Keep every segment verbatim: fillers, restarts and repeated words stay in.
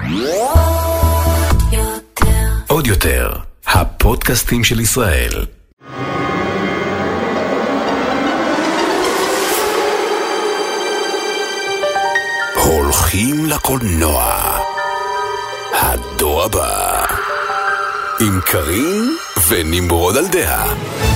עוד יותר, הפודקאסטים של ישראל. הולכים לקולנוע. הדור הבא. עם קרין ונמרוד על דעה.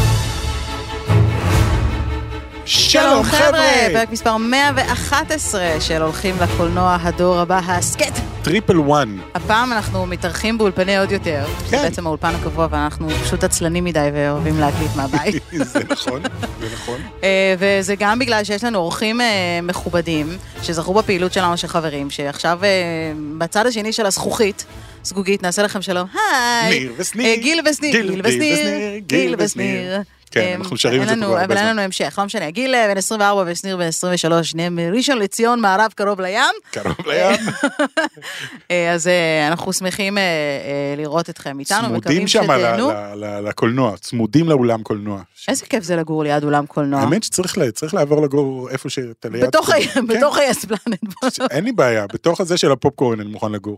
שלום חבר'ה, פרק מספר מאה ואחת עשרה של הולכים לקולנוע הדור הבא, הסקט טריפל וואן. הפעם אנחנו מתארחים באולפני עוד יותר, זה בעצם האולפן הקבוע ואנחנו פשוט עצלנים מדי ואוהבים להקליט מהבית. זה נכון, זה נכון. וזה גם בגלל שיש לנו אורחים מכובדים שזכו בפעילות שלנו של חברים, שעכשיו בצד השני של הזכוכית סגוגית, נעשה לכם שלום. היי! ניר וסניר. גיל וסניר. גיל וסניר. גיל וסניר. כן, אנחנו שרים את זה כבר. אבל אין לנו המשך, לא משנה. גיל בן עשרים וארבע וסניר בן עשרים ושלוש, שניהם ראשון לציון, מערב קרוב לים. קרוב לים. אז אנחנו שמחים לראות אתכם איתנו, צמודים שם לקולנוע, צמודים לאולם קולנוע. איזה כיף זה לגור ליד אולם קולנוע. האמת שצריך לעבור לגור איפה שאתה ליד. בתוך היספלנט. אין לי בעיה, בתוך הזה של הפופקורן אני מוכן לגור.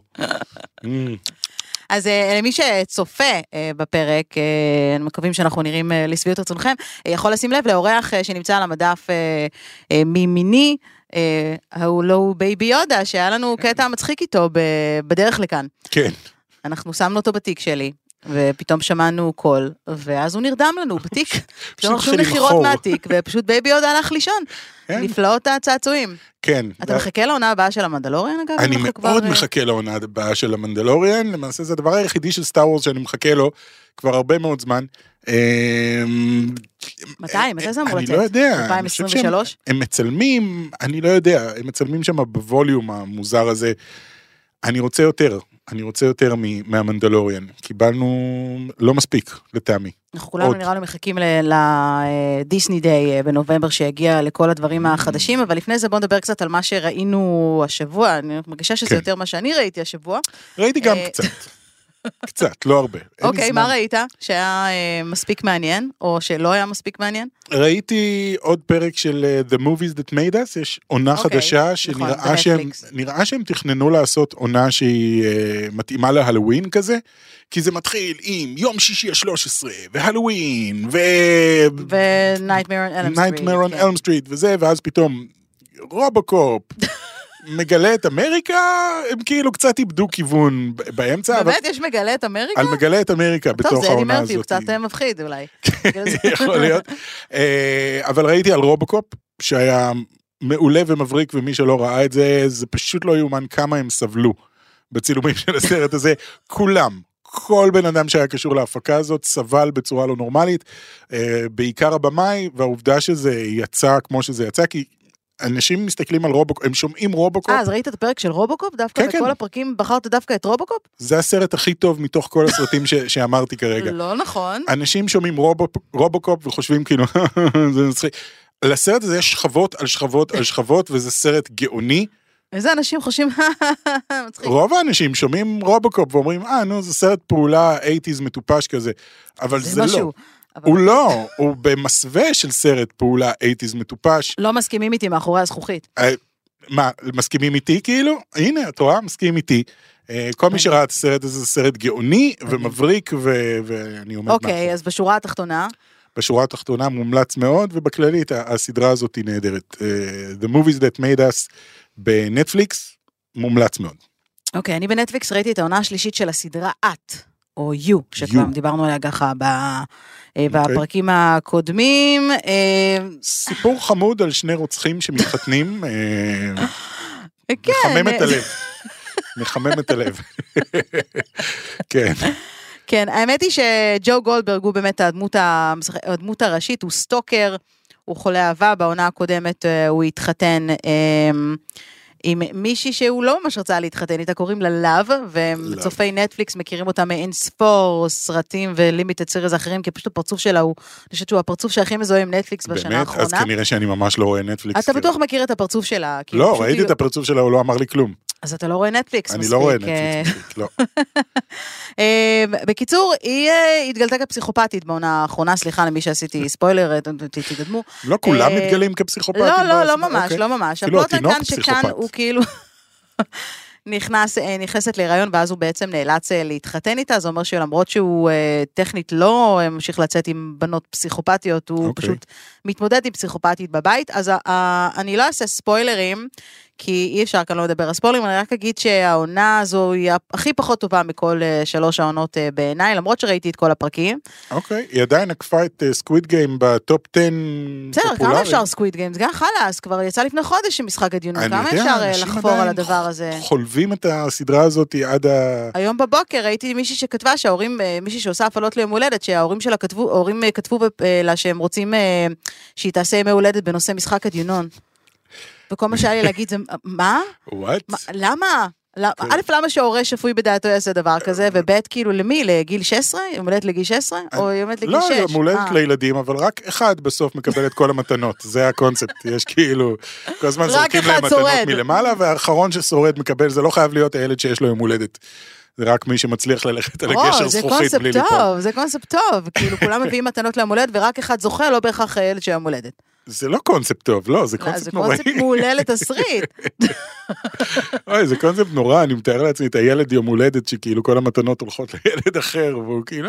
אז למי שצופה בפרק, מקווים שאנחנו נראים לסביעות רצונכם, יכול לשים לב לאורח שנמצא על המדף ממיני, הוא לא בייבי יודה, שהיה לנו קטע מצחיק איתו בדרך לכאן. כן. אנחנו שמנו אותו בתיק שלי, ופתאום שמענו קול, ואז הוא נרדם לנו בתיק. פשוט אנחנו נחירות מהתיק, ופשוט בייבי יודה הלך לישון. נפלאות הצעצועים. כן. אתה מחכה לעונה הבאה של המנדלוריאן, אגב? אני מאוד מחכה לעונה הבאה של המנדלוריאן, למעשה זה הדבר היחידי של סטאר וורס שאני מחכה לו כבר הרבה מאוד זמן. מתי? מתי זה אמור לצאת? אני לא יודע. אלפיים עשרים ושלוש? הם מצלמים, אני לא יודע, הם מצלמים שם בווליום המוזר הזה. אני רוצה יותר. אני רוצה יותר מהמנדלוריאן. קיבלנו לא מספיק, לטעמי. אנחנו כולנו נראה לי מחכים לדיסני דיי בנובמבר שהגיע לכל הדברים החדשים, אבל לפני זה בואו נדבר קצת על מה שראינו השבוע. אני מרגישה שזה יותר מה שאני ראיתי השבוע. ראיתי גם קצת. קצת, לא הרבה. אוקיי, מה ראית? שהיה מספיק מעניין, או שלא היה מספיק מעניין? ראיתי עוד פרק של The Movies That Made Us, יש עונה חדשה שנראה שהם תכננו לעשות עונה שהיא מתאימה להלווין כזה, כי זה מתחיל עם יום שישי ה-שלוש עשרה, והלווין, ו... ו-Nightmare on Elm Street, וזה, ואז פתאום רובוקופ, מגלה את אמריקה, הם כאילו קצת איבדו כיוון באמצע. באמת יש מגלה את אמריקה? על מגלה את אמריקה בתוך העונה הזאת. טוב, זה אדי מרפי, הוא קצת מפחיד אולי. יכול להיות. אבל ראיתי על רובוקופ, שהיה מעולה ומבריק, ומי שלא ראה את זה, זה פשוט לא יאומן כמה הם סבלו בצילומים של הסרט הזה. כולם, כל בן אדם שהיה קשור להפקה הזאת, סבל בצורה לא נורמלית, בעיקר הבמאי, והעובדה שזה יצא כמו שזה יצא, כי אנשים מסתכלים על רובוקופ, הם שומעים רובוקופ. אה, אז ראית את הפרק של רובוקופ? דווקא בכל הפרקים בחרת דווקא את רובוקופ? זה הסרט הכי טוב מתוך כל הסרטים שאמרתי כרגע. לא נכון. אנשים שומעים רובוקופ וחושבים כאילו, זה מצחיק. לסרט הזה יש שכבות על שכבות על שכבות, וזה סרט גאוני. איזה אנשים חושבים, מצחיק. רוב האנשים שומעים רובוקופ ואומרים, אה, נו, זה סרט פעולה שמונים מטופש כזה. אבל זה לא. הוא לא, הוא במסווה של סרט פעולה שמונים מטופש. לא מסכימים איתי מאחורי הזכוכית. מה, מסכימים איתי כאילו? הנה, את רואה, מסכים איתי. כל מי שראה את הסרט הזה, זה סרט גאוני ומבריק, ואני עומד מאחורי. אוקיי, אז בשורה התחתונה? בשורה התחתונה מומלץ מאוד, ובכללית הסדרה הזאת היא נהדרת. The Movies That Made Us בנטפליקס, מומלץ מאוד. אוקיי, אני בנטפליקס ראיתי את העונה השלישית של הסדרה את, או You, שכבר דיברנו עליה ככה בפרקים הקודמים. סיפור חמוד על שני רוצחים שמתחתנים, מחמם את הלב. מחמם את הלב. כן. כן, האמת היא שג'ו גולדברג הוא באמת הדמות, הדמות הראשית, הוא סטוקר, הוא חולה אהבה, בעונה הקודמת הוא התחתן עם מישהי שהוא לא ממש רצה להתחתן איתה, קוראים לה לאב, וצופי נטפליקס מכירים אותה מאין ספור סרטים ולימיטד סיריז אחרים, כי פשוט הפרצוף שלה הוא, אני חושבת שהוא הפרצוף שהכי מזוהה עם נטפליקס בשנה האחרונה. באמת? אז כנראה שאני ממש לא רואה נטפליקס. אתה בטוח מכיר את הפרצוף שלה. לא, ראיתי את הפרצוף שלה, הוא לא אמר לי כלום. אז אתה לא רואה נטפליקס מספיק. אני לא רואה נטפליקס, לא. בקיצור, היא התגלתה כפסיכופתית בעונה האחרונה, סליחה למי שעשיתי ספוילר, תתקדמו. לא כולם מתגלים כפסיכופתים. לא, לא, לא ממש, לא ממש. הפלוט כאן שכאן הוא כאילו, נכנס, נכנסת להיריון, ואז הוא בעצם נאלץ להתחתן איתה, זה אומר שלמרות שהוא טכנית לא ממשיך לצאת עם בנות פסיכופתיות, הוא אוקיי. פשוט מתמודד עם פסיכופתית בבית, אז אני לא אעשה ספוילרים, כי אי אפשר כאן לא לדבר על ספוילרים, אני רק אגיד שהעונה הזו היא הכי פחות טובה מכל שלוש העונות בעיניי, למרות שראיתי את כל הפרקים. אוקיי, היא עדיין עקפה את סקוויד גיים בטופ עשר בסדר, כמה אפשר סקוויד גיים? זה גם חלס, כבר יצא לפני חודש משחק הדיונות, כמה אפשר לחפור על הדבר הזה? חולבים את הסדרה הזאת עד ה... היום בבוקר ראיתי מישהי שכתבה שההורים, מישהי שעושה הפעלות ליום הולדת, שההורים שלה כתבו, ההורים כתבו לה שהם רוצים שהיא תעשה ימי הולדת בנושא משחק הדיונון. וכל מה שהיה לי להגיד זה, מה? What? למה? א', למה שההורה שפוי בדעתו יעשה דבר כזה, וב' כאילו למי? לגיל שש עשרה? יום הולדת לגיל שש עשרה? או יום הולדת לגיל שש? לא, יום הולדת לילדים, אבל רק אחד בסוף מקבל את כל המתנות, זה הקונספט, יש כאילו, כל הזמן זורקים להם מתנות מלמעלה, והאחרון ששורד מקבל, זה לא חייב להיות הילד שיש לו יום הולדת. זה רק מי שמצליח ללכת על הגשר זכוכית בלי ליפול. זה קונספט טוב, כאילו כולם מביאים מתנות ליום הולדת, ורק אחד זוכה, לא בהכרח הילד של יום הולדת. זה לא קונספט טוב, לא, זה קונספט נוראי. זה קונספט מעולה לתסריט. אוי, זה קונספט נורא, אני מתאר לעצמי את הילד יום הולדת, שכאילו כל המתנות הולכות לילד אחר, והוא כאילו...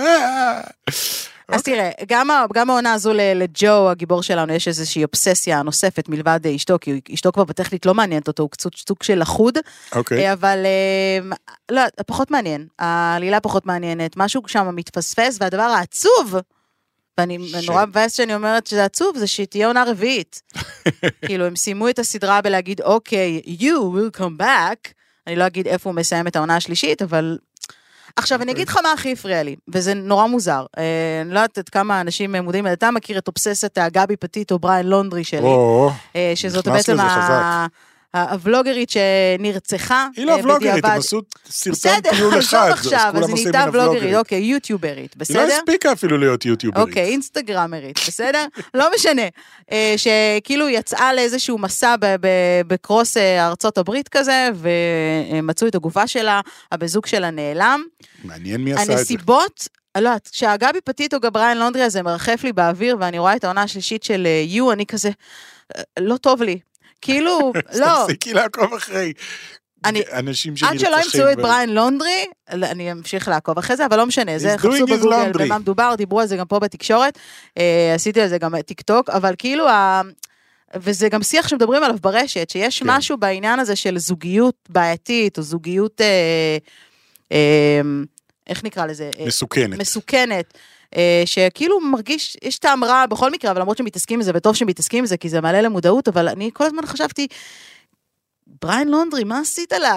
אז תראה, גם העונה הזו לג'ו, הגיבור שלנו, יש איזושהי אובססיה נוספת מלבד אשתו, כי אשתו כבר בטכנית לא מעניינת אותו, הוא קצת סוג של לחוד, אבל לא, פחות מעניין, העלילה פחות מעניינת, משהו שם מתפספס, והדבר העצוב, ואני נורא מבאס שאני אומרת שזה עצוב, זה שתהיה עונה רביעית. כאילו, הם סיימו את הסדרה בלהגיד, אוקיי, you will come back, אני לא אגיד איפה הוא מסיים את העונה השלישית, אבל... עכשיו, אני אגיד לך מה הכי הפריע לי, וזה נורא מוזר. אני לא יודעת כמה אנשים מודעים, אתה מכיר את אובססת הגבי פטיט או בריין לונדרי שלי, שזאת בעצם הוולוגרית שנרצחה. היא לא וולוגרית, הם עשו סרטון טיול אחד. עכשיו, אז היא נהייתה וולוגרית, אוקיי, יוטיוברית, בסדר? היא לא הספיקה אפילו להיות יוטיוברית. אוקיי, אינסטגרמרית, בסדר? לא משנה. שכאילו יצאה לאיזשהו מסע בקרוס ארצות הברית כזה, ומצאו את הגופה שלה, הבזוג שלה נעלם. מעניין מי עשה את זה. הנסיבות... לא, כשהגבי פטיט או גבריין לונדרי הזה מרחף לי באוויר, ואני רואה את העונה השלישית של יו, אני כזה, לא טוב לי. כאילו, לא. תפסיקי לעקוב אחרי אנשים שנרצחים. עד שלא ימצאו את בריין לונדרי, אני אמשיך לעקוב אחרי זה, אבל לא משנה, זה חפשו בגוגל, במה מדובר, דיברו על זה גם פה בתקשורת, עשיתי על זה גם טיק טוק, אבל כאילו, וזה גם שיח שמדברים עליו ברשת, שיש משהו בעניין הזה של זוגיות בעייתית, או זוגיות, איך נקרא לזה? מסוכנת. מסוכנת. שכאילו מרגיש, יש טעם רע בכל מקרה, אבל למרות שמתעסקים עם זה, וטוב שמתעסקים עם זה, כי זה מעלה למודעות, אבל אני כל הזמן חשבתי, בריין לונדרי, מה עשית לה?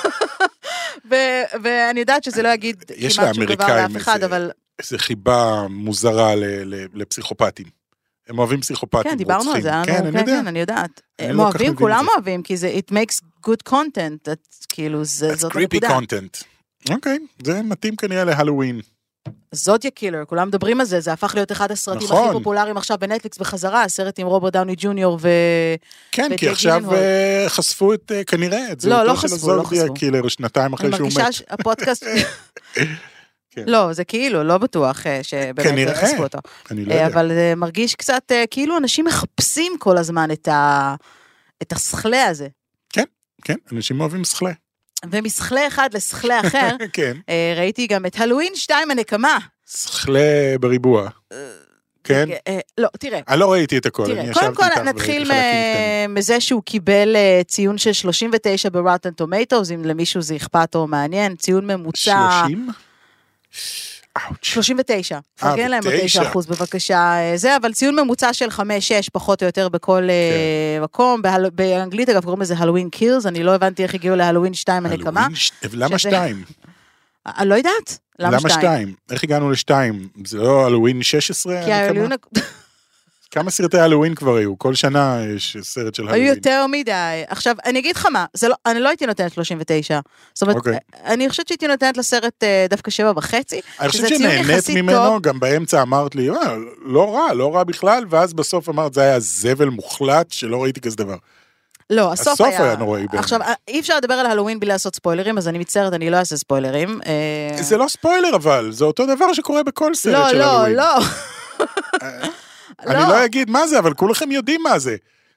ואני יודעת שזה לא יגיד כמעט שום דבר לאף אחד, אבל... איזו חיבה מוזרה לפסיכופטים. הם אוהבים פסיכופטים. כן, דיברנו על זה, כן, אני יודעת. הם אוהבים, כולם אוהבים, כי זה, it makes good content, כאילו, זאת הנקודה. That's creepy content. אוקיי, זה מתאים כנראה להלווין. זודיה קילר, כולם מדברים על זה, זה הפך להיות אחד הסרטים הכי פופולריים עכשיו בנטפליקס בחזרה, הסרט עם רוברט דאוני ג'וניור ו... כן, כי עכשיו חשפו את, כנראה, את זהותו של הזודיה קילר, שנתיים אחרי שהוא מת. אני מרגישה הפודקאסט... לא, זה כאילו, לא בטוח שבאמת חשפו אותו. אבל זה מרגיש קצת, כאילו אנשים מחפשים כל הזמן את השכלה הזה. כן, כן, אנשים אוהבים שכלה. ומסכלה אחד לסכלה אחר, ראיתי גם את הלווין שתיים הנקמה. סכלה בריבוע. כן? לא, תראה. אני לא ראיתי את הכל. תראה, קודם כל נתחיל מזה שהוא קיבל ציון של שלושים ותשע ברוטן טומטוס, אם למישהו זה אכפת או מעניין, ציון ממוצע... שלושים? שלושים ותשע, פרגן להם ב-תשע אחוז בבקשה, זה, אבל ציון ממוצע של חמש שש, פחות או יותר בכל מקום, באנגלית אגב קוראים לזה הלווין קירס, אני לא הבנתי איך הגיעו להלווין שתיים הנקמה. למה שתיים? אני לא יודעת, למה שתיים? איך הגענו לשתיים? זה לא הלווין שש עשרה? כי הלווין... כמה סרטי הלווין כבר היו? כל שנה יש סרט של הלווין. היו יותר מדי. עכשיו, אני אגיד לך מה, אני לא הייתי נותנת שלושים ותשע. זאת אומרת, אני חושבת שהייתי נותנת לסרט דווקא שבע וחצי. אני חושבת שנהנית ממנו, גם באמצע אמרת לי, לא רע, לא רע בכלל, ואז בסוף אמרת, זה היה זבל מוחלט, שלא ראיתי כזה דבר. לא, הסוף היה... הסוף היה נוראי. עכשיו, אי אפשר לדבר על הלווין בלי לעשות ספוילרים, אז אני מצטערת, אני לא אעשה ספוילרים. זה לא ספוילר אבל, זה אותו דבר שקורה בכל סרט של הלווין. לא, לא, לא. אני לא אגיד מה זה, אבל כולכם יודעים מה זה.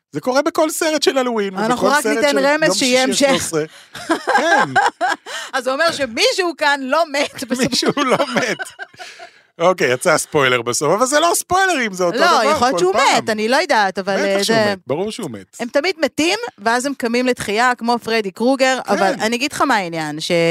זה קורה בכל סרט של הלווין. אנחנו רק ניתן רמז שיהיה המשך. כן. אז הוא אומר שמישהו כאן לא מת. מישהו לא מת. אוקיי, יצא ספוילר בסוף, אבל זה לא ספוילרים, זה אותו דבר. לא, יכול להיות שהוא מת, אני לא יודעת, אבל... בטח שהוא מת, ברור שהוא מת. הם תמיד מתים, ואז הם קמים לתחייה, כמו פרדי קרוגר, אבל אני אגיד לך מה העניין, ש...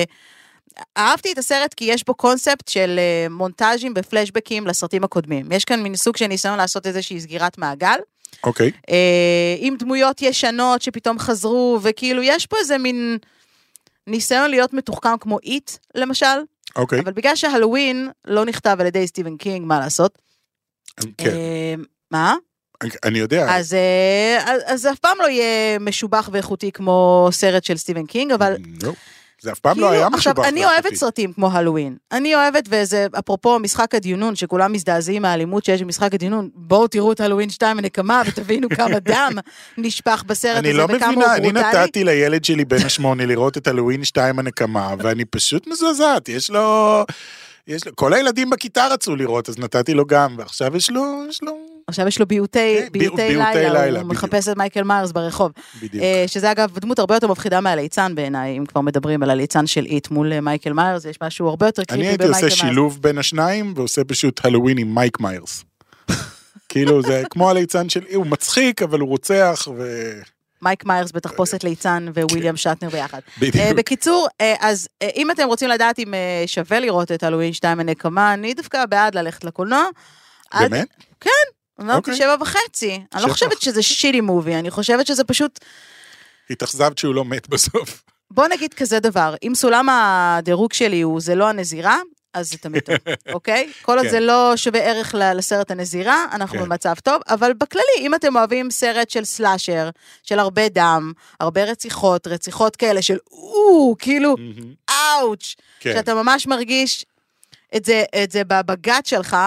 אהבתי את הסרט כי יש בו קונספט של מונטאז'ים ופלשבקים לסרטים הקודמים. יש כאן מין סוג של ניסיון לעשות איזושהי סגירת מעגל. אוקיי. עם דמויות ישנות שפתאום חזרו, וכאילו יש פה איזה מין ניסיון להיות מתוחכם כמו איט, למשל. אוקיי. אבל בגלל שהלווין לא נכתב על ידי סטיבן קינג, מה לעשות? כן. מה? אני יודע. אז, אז אף פעם לא יהיה משובח ואיכותי כמו סרט של סטיבן קינג, אבל... לא. זה אף פעם לא היה משובח. עכשיו, אני אוהבת סרטים כמו הלווין. אני אוהבת, וזה, אפרופו משחק הדיונון, שכולם מזדעזעים מהאלימות שיש במשחק הדיונון, בואו תראו את הלווין שתיים הנקמה, ותבינו כמה דם נשפך בסרט הזה, וכמה הוא ברוטלי. אני לא מבינה, אני נתתי לילד שלי בן השמונה לראות את הלווין שתיים הנקמה, ואני פשוט מזועזעת, יש לו... יש לו, כל הילדים בכיתה רצו לראות, אז נתתי לו גם, ועכשיו יש לו, יש לו... עכשיו יש לו ביוטי, כן, ביוטי, ביוטי לילה, לילה, לילה, הוא מחפש את מייקל מיירס ברחוב. בדיוק. שזה אגב דמות הרבה יותר מפחידה מהליצן בעיניי, אם כבר מדברים על הליצן של איט מול מייקל מיירס, יש משהו הרבה יותר קריפי במייקל מיירס. אני הייתי עושה שילוב בין השניים, ועושה פשוט הלווין עם מייק מיירס. כאילו זה כמו הליצן של, הוא מצחיק, אבל הוא רוצח, ו... מייק מיירס בתחפושת ליצן וויליאם שטנר ביחד. בדיוק. בקיצור, אז אם אתם רוצים לדעת אם שווה לראות את הלווין שתיים הנקמה, אני דווקא בעד ללכת לקולנוע. באמת? כן, אמרתי שבע וחצי. אני לא חושבת שזה שיטי מובי, אני חושבת שזה פשוט... התאכזבת שהוא לא מת בסוף. בוא נגיד כזה דבר, אם סולם הדירוג שלי הוא זה לא הנזירה, אז זה תמיד טוב, אוקיי? כל עוד זה לא שווה ערך לסרט הנזירה, אנחנו במצב טוב, אבל בכללי, אם אתם אוהבים סרט של סלאשר, של הרבה דם, הרבה רציחות, רציחות כאלה של אוו, כאילו, אאוץ', שאתה ממש מרגיש את זה, את זה בבגט שלך,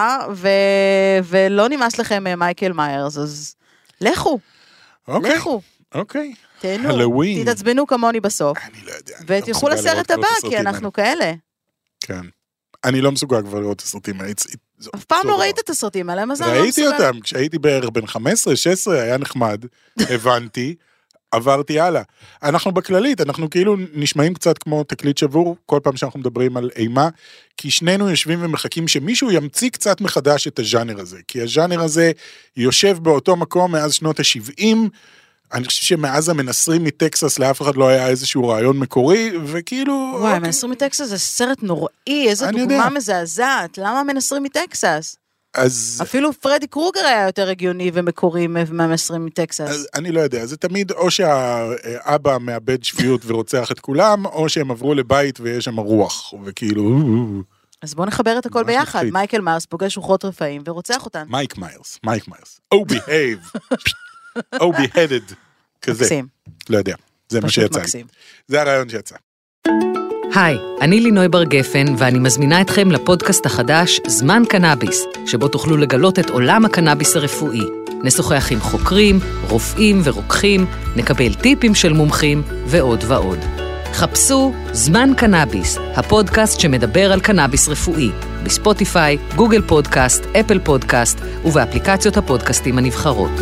ולא נמאס לכם מייקל מיירס, אז לכו, לכו. אוקיי. תהנו, תתעצבנו כמוני בסוף. אני לא יודע. ותלכו לסרט הבא, כי אנחנו כאלה. כן. אני לא מסוגל כבר לראות את הסרטים האלה. אף פעם לא ראית את הסרטים האלה, מה זה לא ראיתי אותם, כשהייתי בערך בן חמש עשרה שש עשרה, היה נחמד, הבנתי, עברתי הלאה. אנחנו בכללית, אנחנו כאילו נשמעים קצת כמו תקליט שבור, כל פעם שאנחנו מדברים על אימה, כי שנינו יושבים ומחכים שמישהו ימציא קצת מחדש את הז'אנר הזה, כי הז'אנר הזה יושב באותו מקום מאז שנות ה-שבעים, אני חושב שמאז המנסרים מטקסס לאף אחד לא היה איזשהו רעיון מקורי, וכאילו... וואי, המנסרים מטקסס זה סרט נוראי, איזו דוגמה מזעזעת, למה המנסרים מטקסס? אז... אפילו פרדי קרוגר היה יותר הגיוני ומקורי מהמנסרים מטקסס. אני לא יודע, זה תמיד או שהאבא מאבד שפיות ורוצח את כולם, או שהם עברו לבית ויש שם רוח, וכאילו... אז בואו נחבר את הכל ביחד, מייקל מיירס פוגש רוחות רפאים ורוצח אותן. מייק מיירס, מייק מיירס. Oh, behave. או beheaded, כזה. מקסים. לא יודע, זה מה שיצא. מקסים. זה הרעיון שיצא. היי, אני לינוי בר גפן, ואני מזמינה אתכם לפודקאסט החדש, זמן קנאביס, שבו תוכלו לגלות את עולם הקנאביס הרפואי. נשוחח עם חוקרים, רופאים ורוקחים, נקבל טיפים של מומחים, ועוד ועוד. חפשו זמן קנאביס, הפודקאסט שמדבר על קנאביס רפואי, בספוטיפיי, גוגל פודקאסט, אפל פודקאסט, ובאפליקציות הפודקאסטים הנבחרות.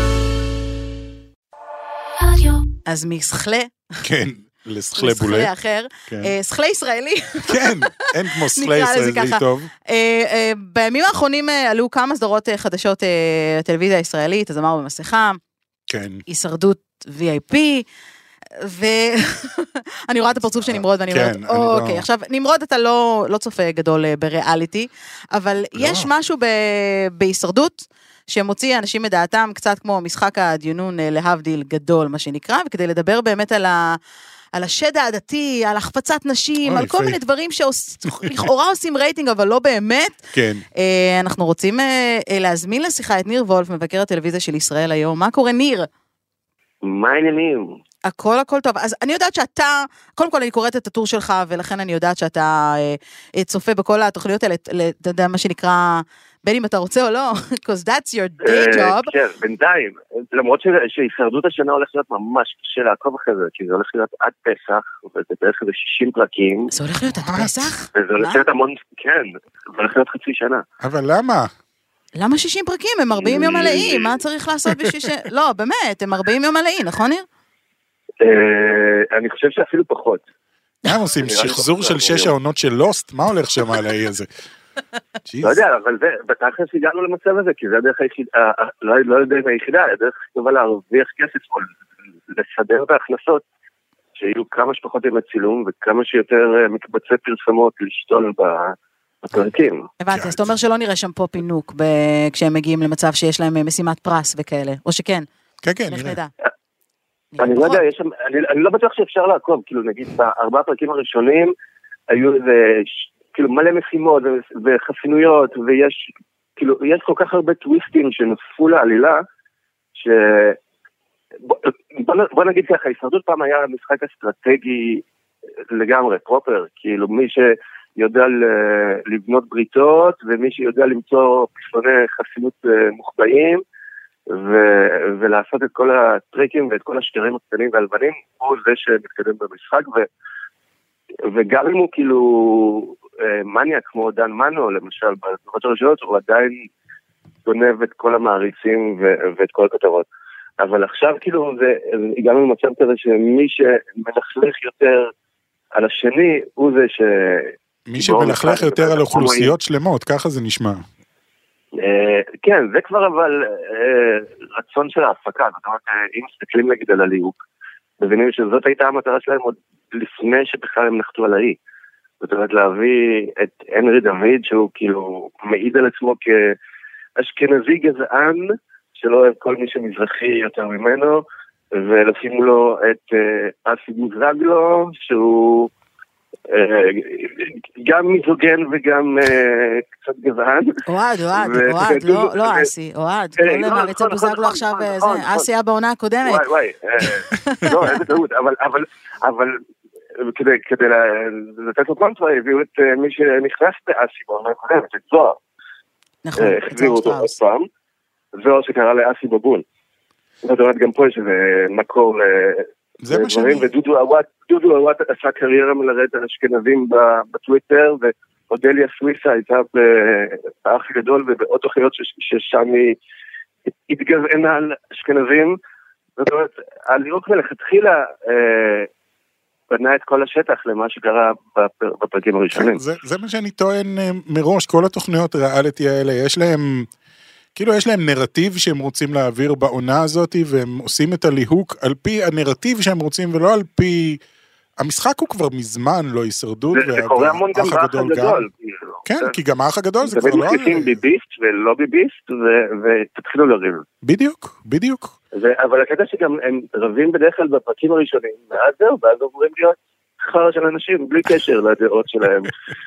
אז מסחלה. כן, לסחלה בולה. לסחלה אחר. סחלה ישראלי. כן, אין כמו סחלה ישראלי טוב. בימים האחרונים עלו כמה סדרות חדשות טלוויזיה הישראלית, הזמר במסכה. כן. הישרדות וי איי פי. ואני רואה את הפרצוף של נמרוד, ואני אומרת, אוקיי, עכשיו, נמרוד אתה לא צופה גדול בריאליטי, אבל יש משהו בהישרדות, שמוציא אנשים מדעתם, קצת כמו משחק הדיונון להבדיל גדול, מה שנקרא, וכדי לדבר באמת על ה... על השד העדתי, על החפצת נשים, על כל מיני דברים שלכאורה עושים רייטינג, אבל לא באמת. כן. אנחנו רוצים להזמין לשיחה את ניר וולף, מבקר הטלוויזיה של ישראל היום. מה קורה, ניר? מה העניינים? הכל הכל טוב. אז אני יודעת שאתה, קודם כל אני קוראת את הטור שלך, ולכן אני יודעת שאתה צופה בכל התוכניות האלה, אתה יודע מה שנקרא, בין אם אתה רוצה או לא, because that's your day job. כן, בינתיים, למרות שהישרדות השנה הולך להיות ממש קשה לעקוב אחרי זה, כי זה הולך להיות עד פסח, וזה בערך איזה שישים פרקים. זה הולך להיות עד פסח? וזה הולך להיות המון, כן, זה הולך להיות חצי שנה. אבל למה? למה שישים פרקים? הם ארבעים יום מלאים, מה צריך לעשות בשביל ש... לא, באמת, הם ארבעים יום מלאים, נכון ניר? אני חושב שאפילו פחות. מה הם עושים? שחזור של שש העונות של לוסט? מה הולך שם על האי הזה? לא יודע, אבל בתכלס הגענו למצב הזה, כי זה הדרך היחידה, לא יודע אם היחידה, הדרך טובה להרוויח כסף, או לסדר את ההכנסות, שיהיו כמה שפחות עם הצילום, וכמה שיותר מקבצי פרסמות לשתול בפרקים. הבנתי, אז אתה אומר שלא נראה שם פה פינוק, כשהם מגיעים למצב שיש להם משימת פרס וכאלה, או שכן? כן, כן, נראה. אני לא יודע, אני לא בטוח שאפשר לעקוב, כאילו נגיד בארבעה פרקים הראשונים, היו איזה, כאילו מלא משימות וחסינויות, ויש, כאילו, יש כל כך הרבה טוויסטים שנוספו לעלילה, ש... בוא נגיד ככה, הישרדות פעם היה משחק אסטרטגי לגמרי, פרופר, כאילו מי שיודע לבנות בריתות, ומי שיודע למצוא פסוני חסינות מוחבאים, ו- ולעשות את כל הטריקים ואת כל השקרים הקטנים והלבנים, הוא זה שמתקדם במשחק, ו- וגם אם הוא כאילו מניאק כמו דן מנו, למשל, בתקופות הראשונות, הוא עדיין גונב את כל המעריצים ו- ואת כל הכתבות. אבל עכשיו כאילו זה, הגענו למצב כזה שמי שמלכלך יותר על השני, הוא זה ש... מי שמלכלך יותר על אוכלוסיות שלמות, ככה זה נשמע. כן, זה כבר אבל רצון של ההפקה, זאת אומרת, אם מסתכלים נגד על הליהוק, מבינים שזאת הייתה המטרה שלהם עוד לפני שבכלל הם נחתו על האי. זאת אומרת, להביא את הנרי דוד, שהוא כאילו מעיד על עצמו כאשכנזי גזען, שלא אוהב כל מי שמזרחי יותר ממנו, ולשים לו את אסי בוזגלו, שהוא גם מיזוגן וגם קצת גזען. אוהד, אוהד, אוהד, לא אסי, אוהד, כל מעריצי בוזגלו עכשיו, אסי היה בעונה הקודמת. וואי, וואי, לא, איזה טעות, אבל כדי לתת לו קונטרה, הביאו את מי שנכנס באסי בעונה הקודמת, את זוהר. נכון, את זוהר שטראוס. זוהר שקרא לאסי בבון. זאת אומרת, גם פה יש איזה מקור לדברים, ודודו אוואט, דודו אוואט עשה קריירה מלרדת על אשכנזים בטוויטר, ואודליה סוויסה הייתה באח הגדול, ובעוד תוכניות ששם היא התגזענה על אשכנזים. זאת אומרת, הליהוק מלכתחילה בנה את כל השטח למה שקרה בפרקים הראשונים. זה מה שאני טוען מראש, כל התוכניות ריאליטי האלה, יש להם... כאילו יש להם נרטיב שהם רוצים להעביר בעונה הזאת, והם עושים את הליהוק על פי הנרטיב שהם רוצים, ולא על פי... המשחק הוא כבר מזמן לא הישרדות. זה קורה המון גם באח הגדול. כן, כי גם האח הגדול זה כבר לא... תמיד מחליטים ביביסט ולא ביביסט, ותתחילו לריב. בדיוק, בדיוק. אבל הקטע שגם הם רבים בדרך כלל בפרקים הראשונים, ואז זהו, ואז עוברים להיות חרא של אנשים, בלי קשר לדעות שלהם.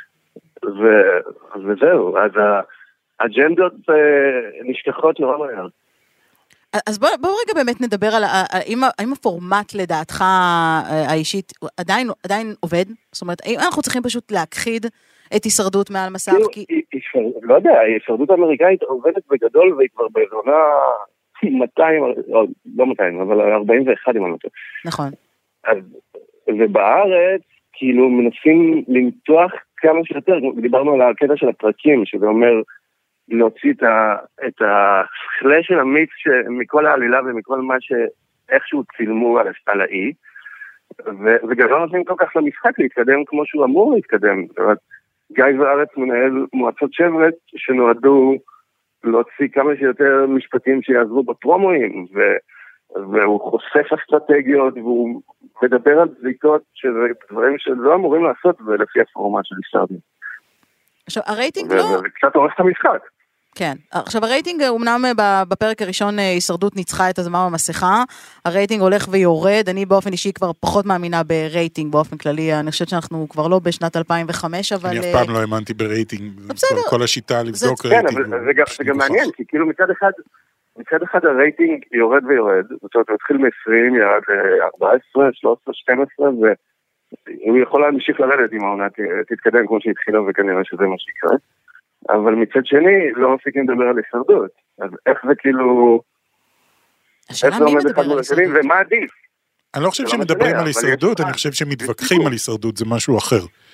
וזהו, אז ה... אג'נדות נשכחות נורא מהר. אז בואו בוא רגע באמת נדבר על, האם, האם הפורמט לדעתך האישית עדיין, עדיין עובד? זאת אומרת, האם אנחנו צריכים פשוט להכחיד את הישרדות מעל מסך? כי... לא יודע, הישרדות האמריקאית עובדת בגדול, והיא כבר בעזונה מאתיים, לא מאתיים, אבל ארבעים ואחת אם אני לא טועה. נכון. אז, ובארץ, כאילו מנסים למתוח כמה שיותר, דיברנו על הקטע של הפרקים, שזה אומר, להוציא את החלה של המיץ מכל העלילה ומכל מה שאיכשהו צילמו על האי, וגם לא נותנים כל כך למשחק להתקדם כמו שהוא אמור להתקדם. זאת אומרת, גיא וארץ מנהל מועצות שבט שנועדו להוציא כמה שיותר משפטים שיעזרו בפרומואים, והוא חושף אסטרטגיות, והוא מדבר על זיקות שזה דברים שלא אמורים לעשות, ולפי הפורמט של הישרדות. עכשיו, הרייטינג לא... זה קצת עורך את המשחק. כן, עכשיו הרייטינג, אמנם בפרק הראשון הישרדות ניצחה את הזמן במסכה, הרייטינג הולך ויורד, אני באופן אישי כבר פחות מאמינה ברייטינג באופן כללי, אני חושבת שאנחנו כבר לא בשנת אלפיים וחמש, אבל... אני אף פעם לא האמנתי ברייטינג, כל השיטה לבדוק רייטינג. כן, אבל זה גם מעניין, כי כאילו מצד אחד, מצד אחד הרייטינג יורד ויורד, זאת אומרת, הוא התחיל מ-עשרים, ירד ל-ארבע עשרה, שלוש עשרה, שתים עשרה, והוא יכול להמשיך לרדת עם העונה, תתקדם כמו שהתחילה, וכנראה שזה מה שיקרה. אבל מצד שני, לא מפסיקים לדבר על הישרדות. אז איך זה כאילו... השאלה מי מדבר על הישרדות? ומה עדיף? אני לא חושב שמדברים על הישרדות, אני חושב שמתווכחים על הישרדות, זה משהו אחר.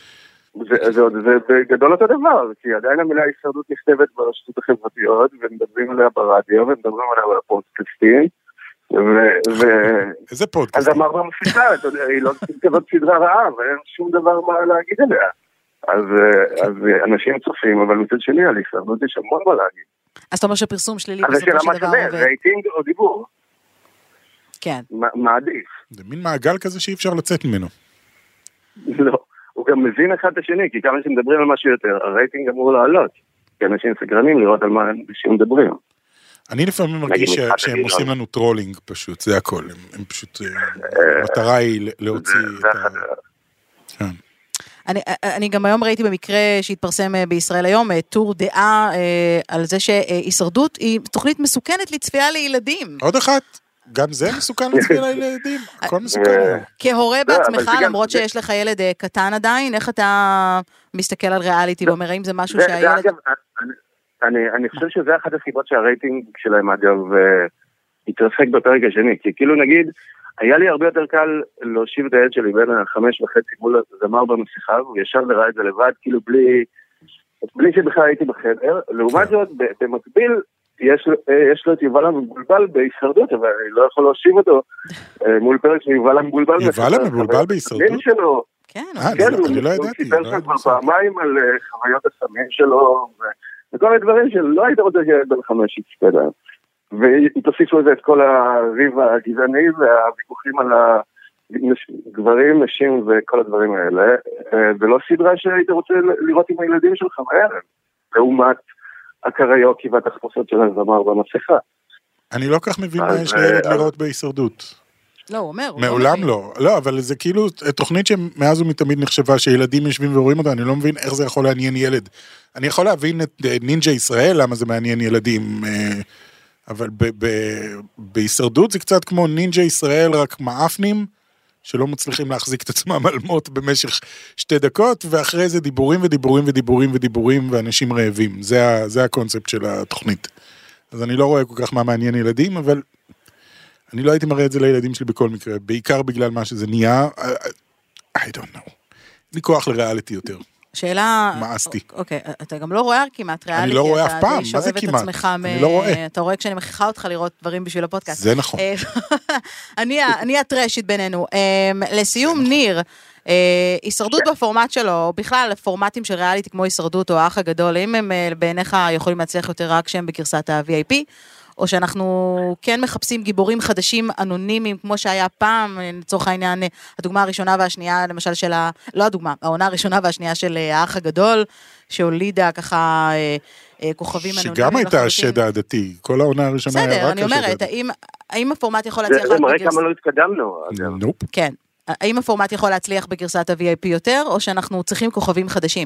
זה, זה, זה בגדול אותו דבר, כי עדיין המילה הישרדות נכתבת ברשתות החברתיות, ומדברים עליה ברדיו, ומדברים עליה בפודקאסטים, ו... איזה פודקאסטים? אז אמר במשיחה, היא לא כזאת סדרה רעה, ואין שום דבר מה להגיד עליה. אז, אז אנשים צופים, אבל מצד שני, על הישרדות יש המון מה להגיד. אז אתה אומר שפרסום שלילי בסופו של דבר עובד. רייטינג או דיבור? כן. מה עדיף? זה מין מעגל כזה שאי אפשר לצאת ממנו. לא. הוא גם מבין אחד את השני, כי כמה שמדברים על משהו יותר, הרייטינג אמור לעלות, כי אנשים סגרנים לראות על מה אנשים מדברים. אני לפעמים מרגיש שהם עושים לנו טרולינג פשוט, זה הכל, הם פשוט, המטרה היא להוציא את ה... אני, אני גם היום ראיתי במקרה שהתפרסם בישראל היום, טור דעה על זה שהישרדות היא תוכנית מסוכנת לצפייה לילדים. עוד אחת. גם זה מסוכן לצפייה לילדים, הכל מסוכן. כהורה בעצמך, למרות שיש לך ילד קטן עדיין, איך אתה מסתכל על ריאליטי ואומר, האם זה משהו שהילד... אני חושב שזה אחת הסיבות שהרייטינג שלהם אגב התרסק בפרק השני, כי כאילו נגיד, היה לי הרבה יותר קל להושיב את הילד שלי בין החמש וחצי מול הזמר במשיכה, הוא ישר וראה את זה לבד, כאילו בלי, בלי שבכלל הייתי בחדר, לעומת זאת, במקביל, יש, יש לו את יובל המבולבל בהישרדות, אבל אני לא יכול להושיב אותו מול פרק של יובל המבולבל. יובל המבולבל בהישרדות? שלו. כן, כן, אני לא ידעתי. הוא סיפר שם כבר פעמיים על חוויות הסמים שלו, וכל מיני דברים שלא היית רוצה שילד בן חמש יצפה להם. ותוסיפו לזה את כל הריב הגזעני והוויכוחים על הגברים, נשים וכל הדברים האלה, ולא סדרה שהיית רוצה לראות עם הילדים שלך מהערב, לעומת הקריוקי והתחפושות של הזמר במסכה. אני לא כך מבין מה יש לילד לראות בהישרדות. לא, הוא אומר. מעולם לא. לא, אבל זה כאילו תוכנית שמאז ומתמיד נחשבה שילדים יושבים ורואים אותה, אני לא מבין איך זה יכול לעניין ילד. אני יכול להבין את נינג'ה ישראל, למה זה מעניין ילדים, אבל בהישרדות זה קצת כמו נינג'ה ישראל, רק מאפנים, שלא מצליחים להחזיק את עצמם על מות במשך שתי דקות, ואחרי זה דיבורים ודיבורים ודיבורים ודיבורים, ואנשים רעבים. זה, זה הקונספט של התוכנית. אז אני לא רואה כל כך מה מעניין ילדים, אבל אני לא הייתי מראה את זה לילדים שלי בכל מקרה, בעיקר בגלל מה שזה נהיה, I don't know. לי כוח לריאליטי יותר. שאלה... מאסתי. אוקיי, אתה גם לא רואה כמעט ריאליטי. אני לא רואה אף פעם, מה זה כמעט? אני לא רואה. אתה רואה כשאני מכריחה אותך לראות דברים בשביל הפודקאסט. זה נכון. אני הטרשית בינינו. לסיום, ניר, הישרדות בפורמט שלו, או בכלל פורמטים של ריאליטי כמו הישרדות או האח הגדול, האם הם בעיניך יכולים להצליח יותר רק שהם בגרסת ה-וי איי פי? או שאנחנו כן מחפשים גיבורים חדשים אנונימיים, כמו שהיה פעם, לצורך העניין, הדוגמה הראשונה והשנייה, למשל של ה... לא הדוגמה, העונה הראשונה והשנייה של האח הגדול, שהולידה ככה כוכבים אנונימיים. שגם הייתה השד העדתי, כל העונה הראשונה היה רק השד העדתי. בסדר, אני אומרת, האם הפורמט יכול להצליח... זה מראה כמה לא התקדמנו. נופ. כן. האם הפורמט יכול להצליח בגרסת ה-וי איי פי יותר, או שאנחנו צריכים כוכבים חדשים?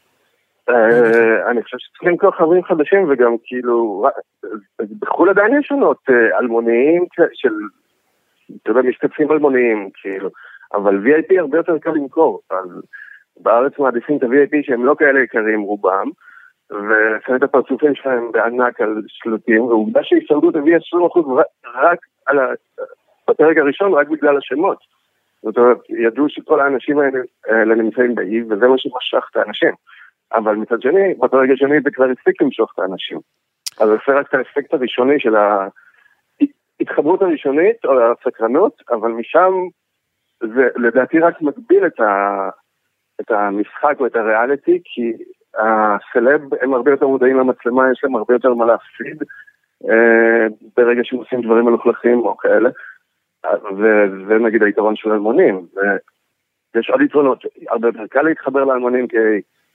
אני חושב שצריכים כוכבים חדשים, וגם כאילו, בחול עדיין יש שונות אלמוניים של, אתה יודע, משתתפים אלמוניים, כאילו, אבל וי איי פי הרבה יותר קל למכור, אז בארץ מעדיפים את ה-וי איי פי שהם לא כאלה יקרים רובם, ושמים את הפרצופים שלהם בענק על שלטים, ועובדה שהישרדות הביא עשרים אחוז רק על הפרק הראשון, רק בגלל השמות. זאת אומרת, ידעו שכל האנשים האלה נמצאים באי, וזה מה שמשך את האנשים. אבל מצד שני, בפרק השני זה כבר הספיק למשוך את האנשים. אז זה רק את האפקט הראשוני של ההתחברות הראשונית, או הסקרנות, אבל משם זה לדעתי רק מגביל את, ה, את המשחק או את הריאליטי, כי הסלב הם הרבה יותר מודעים למצלמה, יש להם הרבה יותר מה להפסיד, אה, ברגע שהם עושים דברים מלוכלכים או כאלה, וזה נגיד היתרון של אלמונים. ויש עוד יתרונות, הרבה יותר קל להתחבר לאלמונים, כי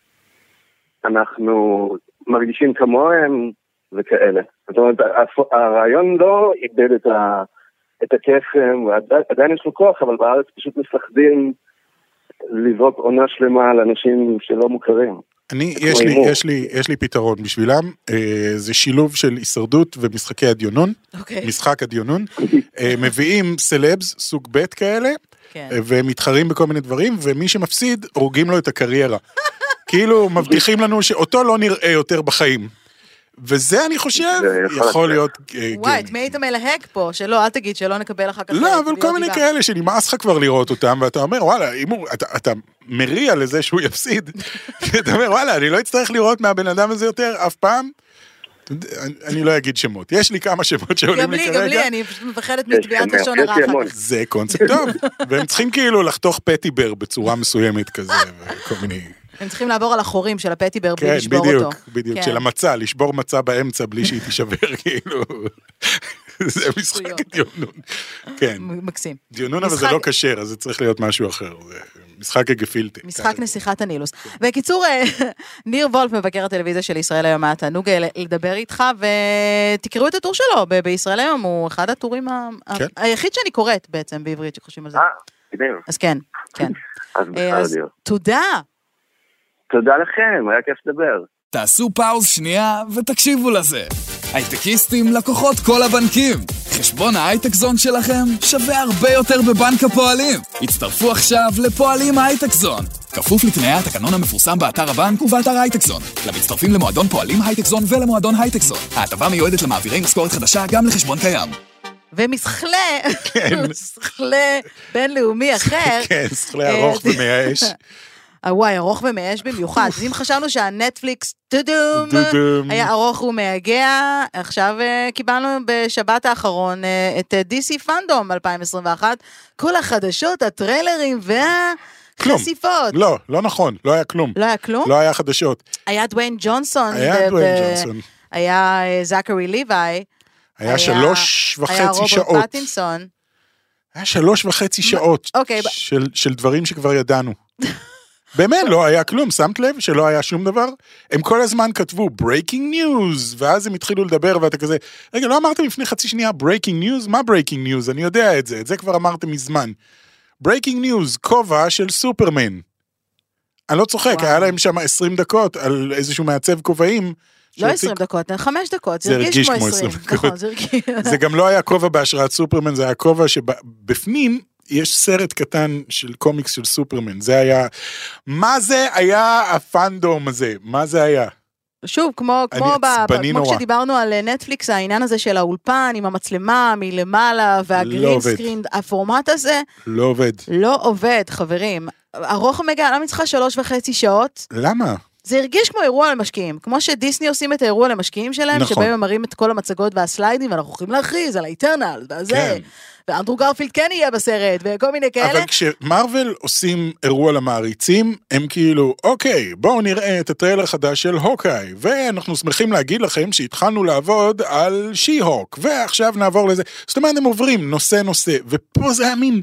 אנחנו מרגישים כמוהם וכאלה. זאת אומרת, הרעיון לא איבד את, ה, את הקסם, עדיין יש לו כוח, אבל בארץ פשוט מפחדים לזרוק עונה שלמה על אנשים שלא מוכרים. אני, יש לי, יש לי, יש לי פתרון בשבילם, אה, זה שילוב של הישרדות ומשחקי הדיונון, okay. משחק הדיונון, אה, מביאים סלבס, סוג ב' כאלה, okay. אה, ומתחרים בכל מיני דברים, ומי שמפסיד, הורגים לו את הקריירה. כאילו מבטיחים לנו שאותו לא נראה יותר בחיים. וזה אני חושב יכול להיות... וואי, את מי היית מלהג פה? שלא, אל תגיד שלא נקבל אחר כך... לא, אבל כל מיני כאלה שנמאס לך כבר לראות אותם, ואתה אומר, וואלה, אתה מריע לזה שהוא יפסיד. אתה אומר, וואלה, אני לא אצטרך לראות מהבן אדם הזה יותר אף פעם. אני לא אגיד שמות. יש לי כמה שמות שעולים לי כרגע. גם לי, גם לי, אני פשוט מפחדת מתביעת לשון הרע. זה קונספט טוב. והם צריכים כאילו לחתוך פטיבר בצורה מסוימת כזה, וכל מיני... הם צריכים לעבור על החורים של הפטיבר בלי כן, לשבור בדיוק, אותו. בדיוק, כן. של המצע, לשבור מצע באמצע בלי שהיא תישבר, כאילו. זה משחק דיונון. כן. מקסים. דיונון אבל זה לא קשר, אז זה צריך להיות משהו אחר. זה משחק הגפילטי. משחק נסיכת הנילוס. בקיצור, ניר וולף, מבקר הטלוויזיה של ישראל היום, היה תענוג לדבר איתך, ותקראו את הטור שלו בישראל היום, הוא אחד הטורים היחיד שאני קוראת בעצם בעברית שחושבים על זה. אז כן, כן. אז תודה. תודה לכם, היה כיף לדבר. תעשו פאוז שנייה ותקשיבו לזה. הייטקיסטים, לקוחות כל הבנקים. חשבון ההייטק זון שלכם שווה הרבה יותר בבנק הפועלים. הצטרפו עכשיו לפועלים הייטק זון. כפוף לתנאי התקנון המפורסם באתר הבנק ובאתר הייטק זון. למצטרפים למועדון פועלים הייטק זון ולמועדון הייטק זון. ההטבה מיועדת למעבירי משכורת חדשה גם לחשבון קיים. ומסחלה, מסחלה בינלאומי אחר. כן, מסחלה ארוך ומייאש. וואי, ארוך ומייאש במיוחד. אז אם חשבנו שהנטפליקס דודום היה ארוך ומייגע, עכשיו קיבלנו בשבת האחרון את די סי פנדום אלפיים עשרים ואחת, כל החדשות, הטריילרים והחשיפות. לא, לא נכון, לא היה כלום. לא היה כלום? לא היה חדשות. היה דוויין ג'ונסון. היה דוויין ג'ונסון. היה זכרי ליוואי. היה שלוש וחצי שעות. היה רוברט פטינסון. היה שלוש וחצי שעות של דברים שכבר ידענו. באמת, לא היה כלום, שמת לב שלא היה שום דבר? הם כל הזמן כתבו breaking news, ואז הם התחילו לדבר, ואתה כזה, רגע, לא אמרתם לפני חצי שנייה breaking news? מה breaking news? אני יודע את זה, את זה כבר אמרתם מזמן. breaking news, כובע של סופרמן. אני לא צוחק, היה להם שם עשרים דקות על איזשהו מעצב כובעים. לא עשרים דקות, חמש דקות, זה הרגיש כמו עשרים. זה גם לא היה כובע בהשראת סופרמן, זה היה כובע שבפנים, יש סרט קטן של קומיקס של סופרמן, זה היה, מה זה היה הפנדום הזה? מה זה היה? שוב, כמו, כמו, ב, כמו כשדיברנו על נטפליקס, העניין הזה של האולפן עם המצלמה מלמעלה והגרין סקרין, הפורמט הזה, לא עובד. לא עובד, חברים. ארוך מגע, למה צריכה שלוש וחצי שעות? למה? זה הרגיש כמו אירוע למשקיעים, כמו שדיסני עושים את האירוע למשקיעים שלהם, נכון. שבהם הם מראים את כל המצגות והסליידים, ואנחנו הולכים להכריז על האיטרנל, וזה, כן. ואנדרו גרפילד כן יהיה בסרט, וכל מיני כאלה. אבל כשמרוול עושים אירוע למעריצים, הם כאילו, אוקיי, בואו נראה את הטריילר החדש של הוקאי, ואנחנו שמחים להגיד לכם שהתחלנו לעבוד על שי-הוק, ועכשיו נעבור לזה. זאת אומרת, הם עוברים נושא נושא, ופה זה היה מין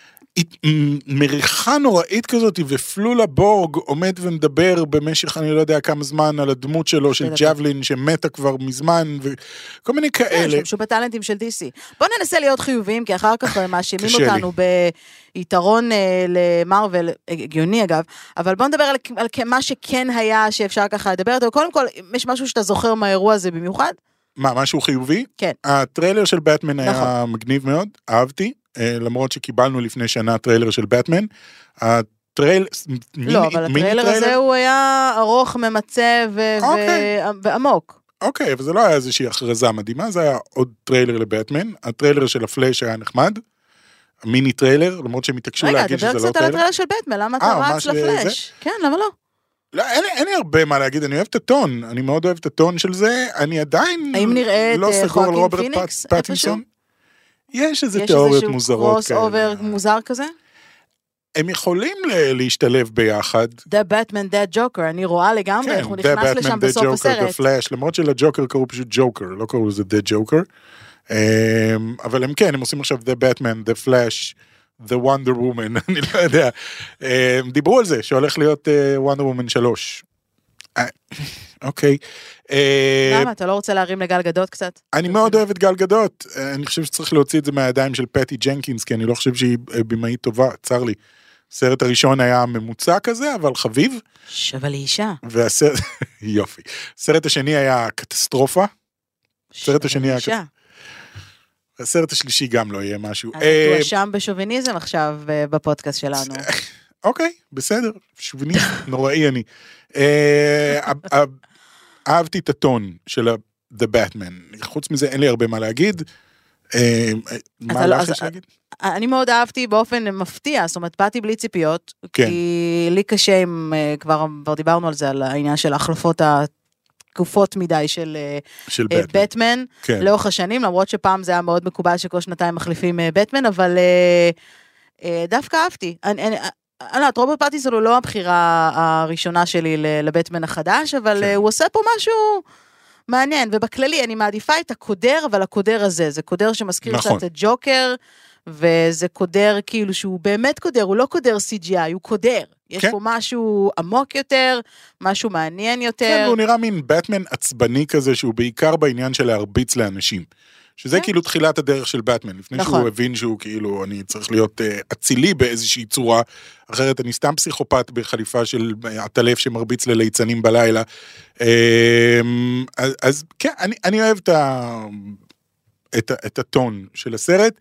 מריחה נוראית כזאת, ופלולה בורג עומד ומדבר במשך אני לא יודע כמה זמן על הדמות שלו של ג'אבלין שמתה כבר מזמן וכל מיני כאלה. שמשהו בטלנטים של די סי. בוא ננסה להיות חיוביים כי אחר כך מאשימים אותנו ביתרון למרוול, הגיוני אגב, אבל בוא נדבר על מה שכן היה שאפשר ככה לדבר אותו. קודם כל, יש משהו שאתה זוכר מהאירוע הזה במיוחד? מה, משהו חיובי? כן. הטריילר של באטמן היה מגניב מאוד, אהבתי. למרות שקיבלנו לפני שנה טריילר של באטמן, הטריילר... לא, אבל הטריילר הזה הוא היה ארוך, ממצה ועמוק. אוקיי, אבל זה לא היה איזושהי הכרזה מדהימה, זה היה עוד טריילר לבאטמן, הטריילר של הפלאש היה נחמד, המיני טריילר, למרות שהם התעקשו להגיד שזה לא טריילר. רגע, דבר קצת על הטריילר של באטמן, למה אתה רץ לפלאש? כן, למה לא? לא, אין לי הרבה מה להגיד, אני אוהב את הטון, אני מאוד אוהב את הטון של זה, אני עדיין לא סגור על רוברט פטינסון. יש איזה תיאוריות מוזרות כאלה. יש איזה קרוס אובר מוזר כזה? הם יכולים להשתלב ביחד. The Batman Dead Joker, אני רואה לגמרי, איך הוא נכנס לשם בסוף הסרט. The Flash, למרות שלג'וקר קראו פשוט ג'וקר, לא קראו לזה Dead Joker. אבל הם כן, הם עושים עכשיו The Batman, The Flash, The Wonder Woman, אני לא יודע. דיברו על זה, שהולך להיות Wonder Woman שלוש. אוקיי. למה? אתה לא רוצה להרים לגל גדות קצת? אני מאוד אוהב את גל גדות. אני חושב שצריך להוציא את זה מהידיים של פטי ג'נקינס, כי אני לא חושב שהיא במאית טובה, צר לי. הסרט הראשון היה ממוצע כזה, אבל חביב. אבל היא אישה. והסרט, יופי. הסרט השני היה קטסטרופה. הסרט השני היה קטסטרופה. הסרט השלישי גם לא יהיה משהו. אתה שם בשוביניזם עכשיו בפודקאסט שלנו. אוקיי, בסדר. שוביניזם, נוראי אני. אהבתי את הטון של The Batman. חוץ מזה אין לי הרבה מה להגיד. מה לך יש להגיד? אני מאוד אהבתי באופן מפתיע, זאת אומרת, באתי בלי ציפיות, כן. כי לי קשה עם, כבר, כבר דיברנו על זה, על העניין של החלפות התקופות מדי של, של אה, בטמן. בטמן, כן. לאורך השנים, למרות שפעם זה היה מאוד מקובל שכל שנתיים מחליפים אה, בטמן, אבל אה, אה, דווקא אהבתי. אני, אני, אני יודעת, רוברט פטינסון הוא לא הבחירה הראשונה שלי לבטמן החדש, אבל כן. אה, הוא עושה פה משהו מעניין, ובכללי אני מעדיפה את הקודר, אבל הקודר הזה, זה קודר שמזכיר נכון. קצת את ג'וקר, וזה קודר כאילו שהוא באמת קודר, הוא לא קודר סי ג'י איי, הוא קודר. יש כן. פה משהו עמוק יותר, משהו מעניין יותר. כן, והוא נראה מין בטמן עצבני כזה, שהוא בעיקר בעניין של להרביץ לאנשים. שזה כן. כאילו תחילת הדרך של בטמן, לפני נכון. שהוא הבין שהוא כאילו, אני צריך להיות uh, אצילי באיזושהי צורה, אחרת אני סתם פסיכופת בחליפה של עטלף שמרביץ לליצנים בלילה. Uh, אז, אז כן, אני, אני אוהב את, ה, את, ה, את הטון של הסרט.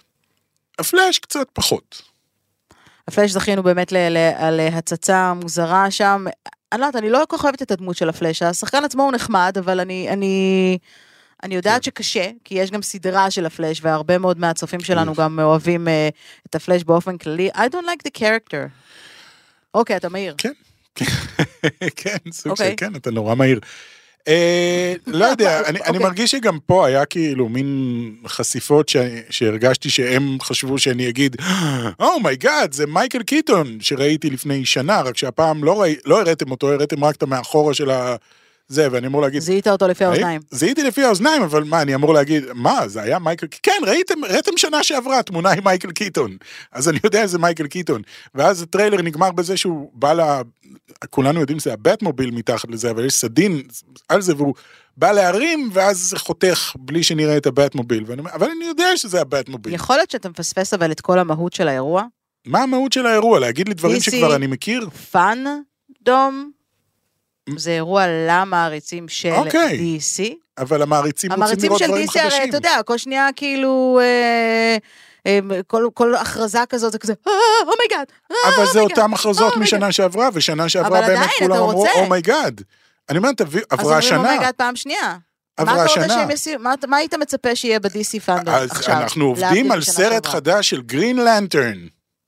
הפלאש קצת פחות. הפלאש זכינו באמת ל- ל- על הצצה מוזרה שם. אני לא יודעת, אני לא כל כך אוהבת את הדמות של הפלאש. השחקן עצמו הוא נחמד, אבל אני... אני... אני יודעת שקשה, כי יש גם סדרה של הפלאש, והרבה מאוד מהצופים שלנו גם אוהבים uh, את הפלאש באופן כללי. I don't like the character. אוקיי, אתה מהיר. כן, כן, סוג אוקיי. של, כן, אתה נורא מהיר. אה, לא יודע, אני, אני אוקיי. מרגיש שגם פה היה כאילו מין חשיפות ש, שהרגשתי שהם חשבו שאני אגיד, אומייגאד, זה מייקל קיטון שראיתי לפני שנה, רק שהפעם לא, ראי, לא הראיתם אותו, הראיתם רק את המאחורה של ה... זה, ואני אמור להגיד... זיהית אותו לפי האוזניים. זיהיתי לפי האוזניים, אבל מה, אני אמור להגיד, מה, זה היה מייקל... כן, ראיתם, ראיתם שנה שעברה, תמונה עם מייקל קיטון. אז אני יודע איזה מייקל קיטון. ואז הטריילר נגמר בזה שהוא בא ל... כולנו יודעים שזה הבטמוביל מתחת לזה, אבל יש סדין על זה, והוא בא להרים, ואז זה חותך בלי שנראה את הבטמוביל. ואני אומר, אבל אני יודע שזה הבטמוביל. יכול להיות שאתה מפספס אבל את כל המהות של האירוע? מה המהות של האירוע? להגיד לי דברים שכבר אני מכיר? פאן דום? זה אירוע למעריצים של אוקיי. די סי. אבל המעריצים רוצים המעריצים לראות של דברים די סי, הרי חדשים. אתה יודע, כל שנייה כאילו, אה, אה, כל, כל הכרזה כזאת זה כזה, אומייגאד. אבל זה אותם הכרזות משנה שעברה, ושנה שעברה באמת כולם אמרו, אומייגאד. אני אומר, תביא, עברה אז אומרים השנה. אומייגאד פעם שנייה. עברה מה אתה רוצה השנה. שהם יסיעו, מה, מה היית מצפה שיהיה ב-די סי פאנדום עכשיו? אז אנחנו עובדים להבדיל על משנה סרט שעברה. חדש של גרין לנטרן.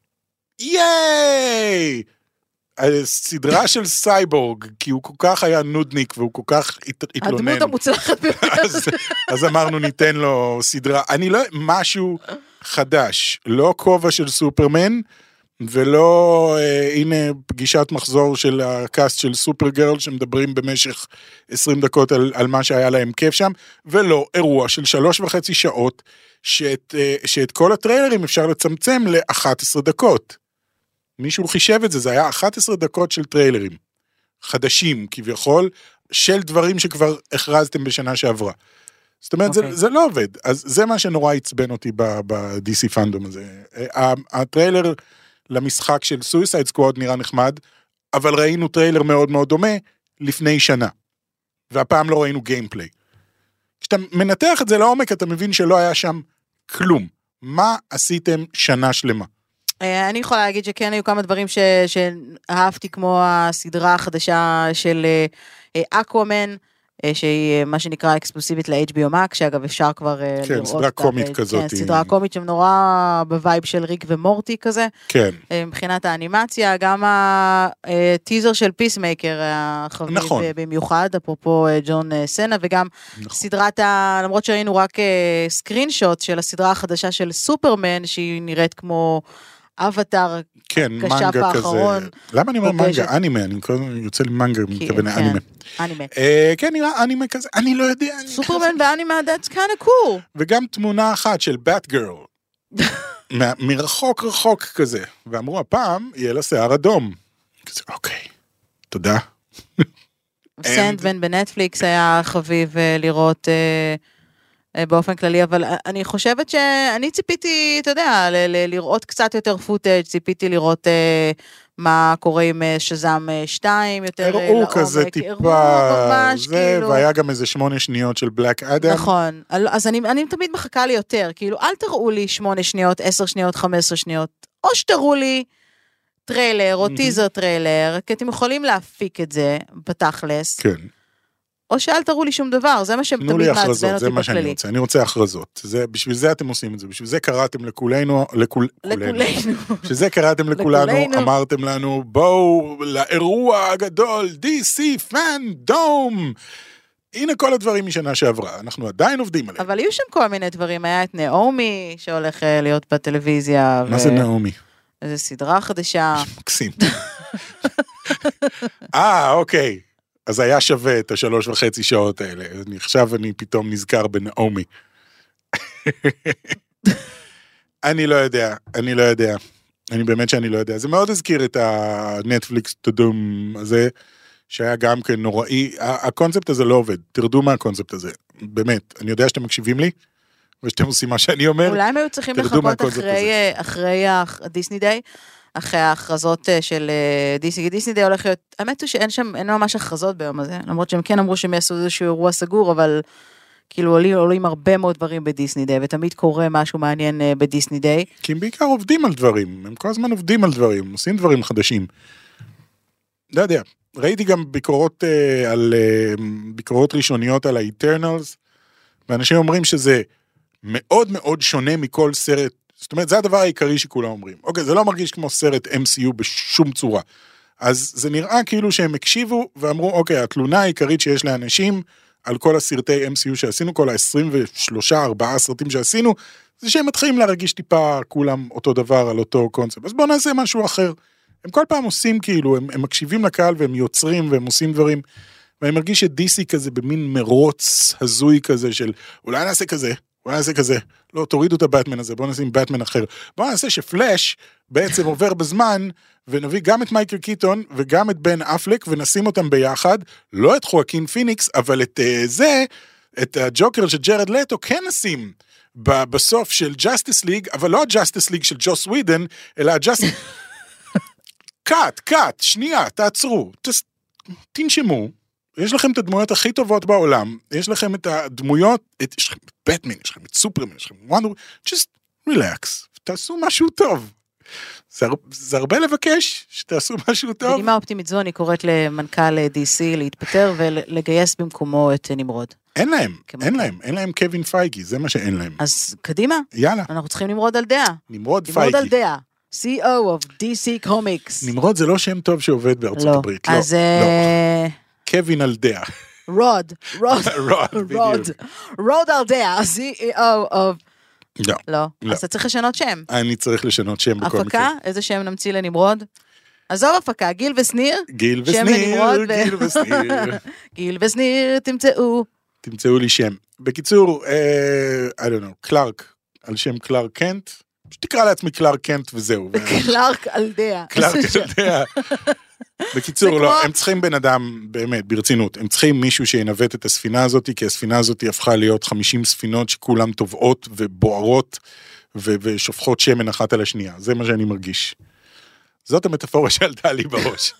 ייי! הסדרה של סייבורג, כי הוא כל כך היה נודניק, והוא כל כך הת- התלונן. הדמות המוצלחת ביותר. אז, אז אמרנו ניתן לו סדרה, אני לא, משהו חדש, לא כובע של סופרמן, ולא, אה, הנה פגישת מחזור של הקאסט של סופרגרל, שמדברים במשך עשרים דקות על, על מה שהיה להם כיף שם, ולא אירוע של שלוש וחצי שעות, שאת, אה, שאת כל הטריילרים אפשר לצמצם ל-אחת עשרה דקות. מישהו חישב את זה, זה היה אחת עשרה דקות של טריילרים, חדשים כביכול, של דברים שכבר הכרזתם בשנה שעברה. זאת אומרת, okay. זה, זה לא עובד. אז זה מה שנורא עצבן אותי ב-די סי פאנדום הזה. הטריילר למשחק של סויסייד סקוואד נראה נחמד, אבל ראינו טריילר מאוד מאוד דומה לפני שנה. והפעם לא ראינו גיימפליי. כשאתה מנתח את זה לעומק, אתה מבין שלא היה שם כלום. מה עשיתם שנה שלמה? אני יכולה להגיד שכן היו כמה דברים ש... שאהבתי, כמו הסדרה החדשה של אקוואמן, שהיא מה שנקרא אקסקלוסיבית ל-אייץ' בי או Max, שאגב אפשר כבר כן, לראות. סדרה קומית כן, כזאת. כן, סדרה קומית שנורא בווייב של ריק ומורטי כזה. כן. מבחינת האנימציה, גם הטיזר של פיסמייקר, החביב נכון. במיוחד, אפרופו ג'ון סנה, וגם נכון. סדרת ה... למרות שראינו רק סקרין שוט של הסדרה החדשה של סופרמן, שהיא נראית כמו אבטר, כן, כשף מנגה האחרון. כזה. למה אני אומר פוגשת. מנגה? אנימה, אני יוצא לי מנגה, אני מתכוון כן, לאנימה. אנימה. אה, כן, נראה אנימה כזה, אני לא יודע. אני סופרמן חושב- ואנימה, that's kind of cool. וגם תמונה אחת של בת גרל, מה- מרחוק רחוק כזה, ואמרו הפעם, יהיה לה שיער אדום. כזה, אוקיי, תודה. סנדמן בנטפליקס היה חביב אה, לראות אה, אה, באופן כללי, אבל אני חושבת שאני ציפיתי, אתה יודע, ל- ל- לראות קצת יותר פוטאג', ציפיתי לראות אה, מה קורה עם אה, שזם אה, שתיים, יותר אה, הראו לעומק. כזה הראו טיפה, ממש, זה, כאילו. והיה גם איזה שמונה שניות של בלק אדם. נכון, אז אני, אני תמיד מחכה לי יותר, כאילו, אל תראו לי שמונה שניות, עשר שניות, חמש עשרה שניות, או שתראו לי טריילר, או טיזר טריילר, כי אתם יכולים להפיק את זה בתכלס, כן. או שאל תראו לי שום דבר, זה מה תנו שתמיד לי מעצבן הכרזות, אותי זה מה שאני בכללי. רוצה, אני רוצה הכרזות, זה, בשביל זה אתם עושים את זה, בשביל זה קראתם לכולנו, לכול, לכולנו. בשביל זה קראתם לכולנו, לכולנו. אמרתם לנו, בואו לאירוע הגדול, די סי פאנדום, הנה כל הדברים משנה שעברה, אנחנו עדיין עובדים עליהם. אבל היו שם כל מיני דברים, היה את נעמי, שהולך אה, להיות בטלוויזיה. מה ו- זה נעמי? איזו סדרה חדשה. מקסים. אה, אוקיי. אז היה שווה את השלוש וחצי שעות האלה. אני, עכשיו אני פתאום נזכר בנעמי. אני לא יודע, אני לא יודע. אני באמת שאני לא יודע. זה מאוד הזכיר את הנטפליקס תדום הזה, שהיה גם כן נוראי. הקונספט הזה לא עובד. תרדו מהקונספט הזה. באמת. אני יודע שאתם מקשיבים לי, ושאתם עושים מה שאני אומר. אולי הם היו צריכים תרדו לחכות מהקונספט אחרי, אחרי הדיסני דיי, אחרי ההכרזות של דיסני, דיסני דיי הולך להיות, האמת הוא שאין שם, אין ממש הכרזות ביום הזה, למרות שהם כן אמרו שהם יעשו איזשהו אירוע סגור, אבל כאילו עולים, עולים הרבה מאוד דברים בדיסני דיי, ותמיד קורה משהו מעניין בדיסני דיי. כי הם בעיקר עובדים על דברים, הם כל הזמן עובדים על דברים, עושים דברים חדשים. לא יודע, ראיתי גם ביקורות אה, על, אה, ביקורות ראשוניות על ה-Eternals, ואנשים אומרים שזה מאוד מאוד שונה מכל סרט, זאת אומרת, זה הדבר העיקרי שכולם אומרים. אוקיי, זה לא מרגיש כמו סרט אם סי יו בשום צורה. אז זה נראה כאילו שהם הקשיבו ואמרו, אוקיי, התלונה העיקרית שיש לאנשים על כל הסרטי אם סי יו שעשינו, כל ה-עשרים ושלושה ארבעה סרטים שעשינו, זה שהם מתחילים להרגיש טיפה כולם אותו דבר על אותו קונספט. אז בואו נעשה משהו אחר. הם כל פעם עושים כאילו, הם, הם מקשיבים לקהל והם יוצרים והם עושים דברים, ואני מרגיש שדי סי כזה במין מרוץ הזוי כזה של, אולי נעשה כזה, אולי נעשה כזה, לא, תורידו את הבטמן הזה, בואו נשים בטמן אחר. בואו נעשה שפלאש בעצם עובר בזמן, ונביא גם את מייקל קיטון, וגם את בן אפלק, ונשים אותם ביחד, לא את חואקין פיניקס, אבל את uh, זה, את הג'וקר של ג'רד לטו, כן נשים בסוף של ג'סטיס ליג, אבל לא הג'סטיס ליג של ג'וס ווידן, אלא הג'סטיס... קאט, קאט, שנייה, תעצרו, תס... תנשמו, יש לכם את הדמויות הכי טובות בעולם, יש לכם את הדמויות, את, יש לכם את בטמן, יש לכם את סופרמן, יש לכם וונדר, just relax, תעשו משהו טוב. זה, זה הרבה לבקש שתעשו משהו טוב. בנימה אופטימית זו, אני קוראת למנכ"ל די סי להתפטר ולגייס במקומו את נמרוד. אין להם, כמובן. אין להם, אין להם קווין פייגי, זה מה שאין להם. אז קדימה, יאללה, אנחנו צריכים נמרוד על דעה. נמרוד נמרוד על פייגי. דעה. סי או of די סי Comics. נמרוד זה לא שם טוב שעובד בארצות לא. הברית, לא, אז לא. אה, קווין על דעה. רוד, רוד, רוד, בדיוק. רוד, רוד על דעה, סי או of... לא, לא, לא. אז אתה צריך לשנות שם. אני צריך לשנות שם בכל מקרה. הפקה, איזה שם נמציא לנמרוד? עזוב הפקה, גיל ושניר. גיל שם ושניר, לנמרוד ו- גיל ושניר. גיל ושניר, תמצאו. תמצאו לי שם. בקיצור, אה, I don't know, קלארק, על שם קלארק קנט, שתקרא לעצמי קלארק קנט וזהו. קלארק על דעה. קלארק יודע. בקיצור, זה לא, כמו- הם צריכים בן אדם, באמת, ברצינות, הם צריכים מישהו שינווט את הספינה הזאת, כי הספינה הזאת הפכה להיות חמישים ספינות שכולם טובעות ובוערות, ו- ושופכות שמן אחת על השנייה. זה מה שאני מרגיש. זאת המטאפורה שעלתה לי בראש.